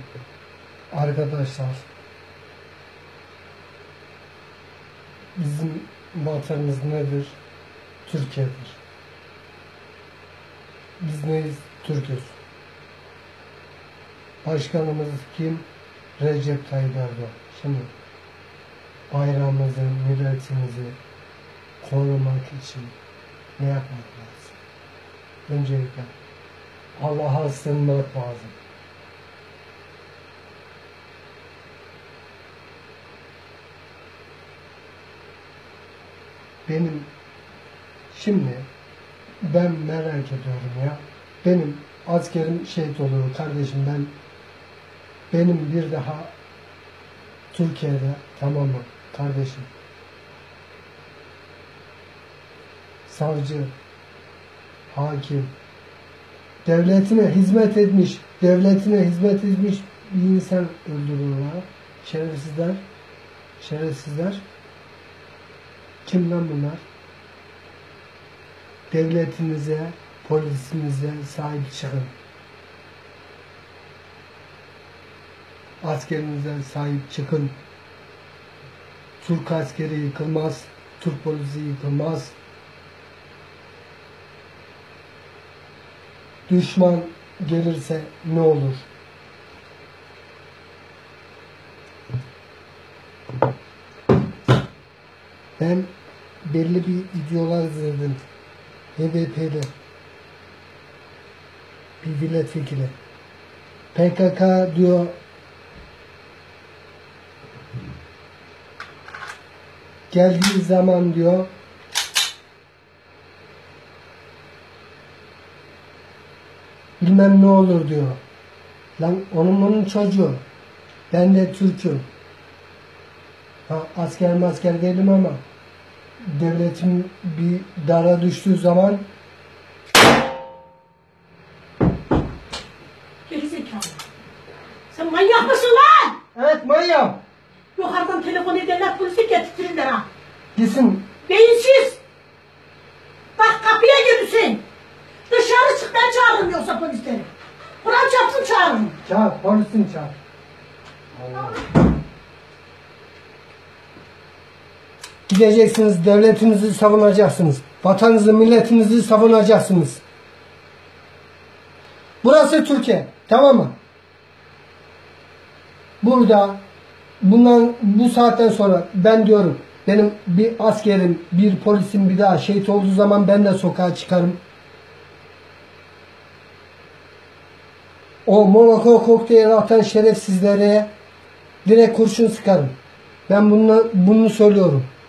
Arkadaşlar, bizim vatanımız nedir? Türkiye'dir. Biz neyiz? Türk'üz. Başkanımız kim? Recep Tayyip Erdoğan. Şimdi bayrağımızı, milletimizi korumak için ne yapmak lazım? Öncelikle Allah'a sığınmak lazım. Şimdi ben merak ediyorum ya. Benim askerim şehit oluyor kardeşim, benim bir daha Türkiye'de, tamam mı kardeşim? Savcı, hakim, devletine hizmet etmiş bir insan öldürüyorlar. Şerefsizler. Kim lan bunlar? Devletinize, polisinize sahip çıkın. Askerinize sahip çıkın. Türk askeri yıkılmaz, Türk polisi yıkılmaz. Düşman gelirse ne olur? Ben belli bir videolar izledim. HDP'de bir milletvekili PKK diyor geldiği zaman diyor bilmem ne olur diyor. Lan onun çocuğu. Ben de Türk'üm. Asker değilim ama devletim bir dara düştüğü zaman gerizekalı. Sen manyak mısın lan? evet manyağım. Yukarıdan telefon ederler, polisi getirtirirler ha. Gitsin. Beyinsiz. Bak kapıya girsin. Dışarı çık, ben çağırırım yoksa polisleri. Kur'an çarpsın çağırırım. Çağır, polisini çağır. Allah. Gideceksiniz, devletinizi savunacaksınız. Vatanınızı, milletinizi savunacaksınız. Burası Türkiye, tamam mı? Burada, bu saatten sonra ben diyorum, benim bir askerim, bir polisim bir daha şehit olduğu zaman ben de sokağa çıkarım. O Molotov kokteyli atan şerefsizlere direkt kurşun sıkarım. Ben bunu söylüyorum.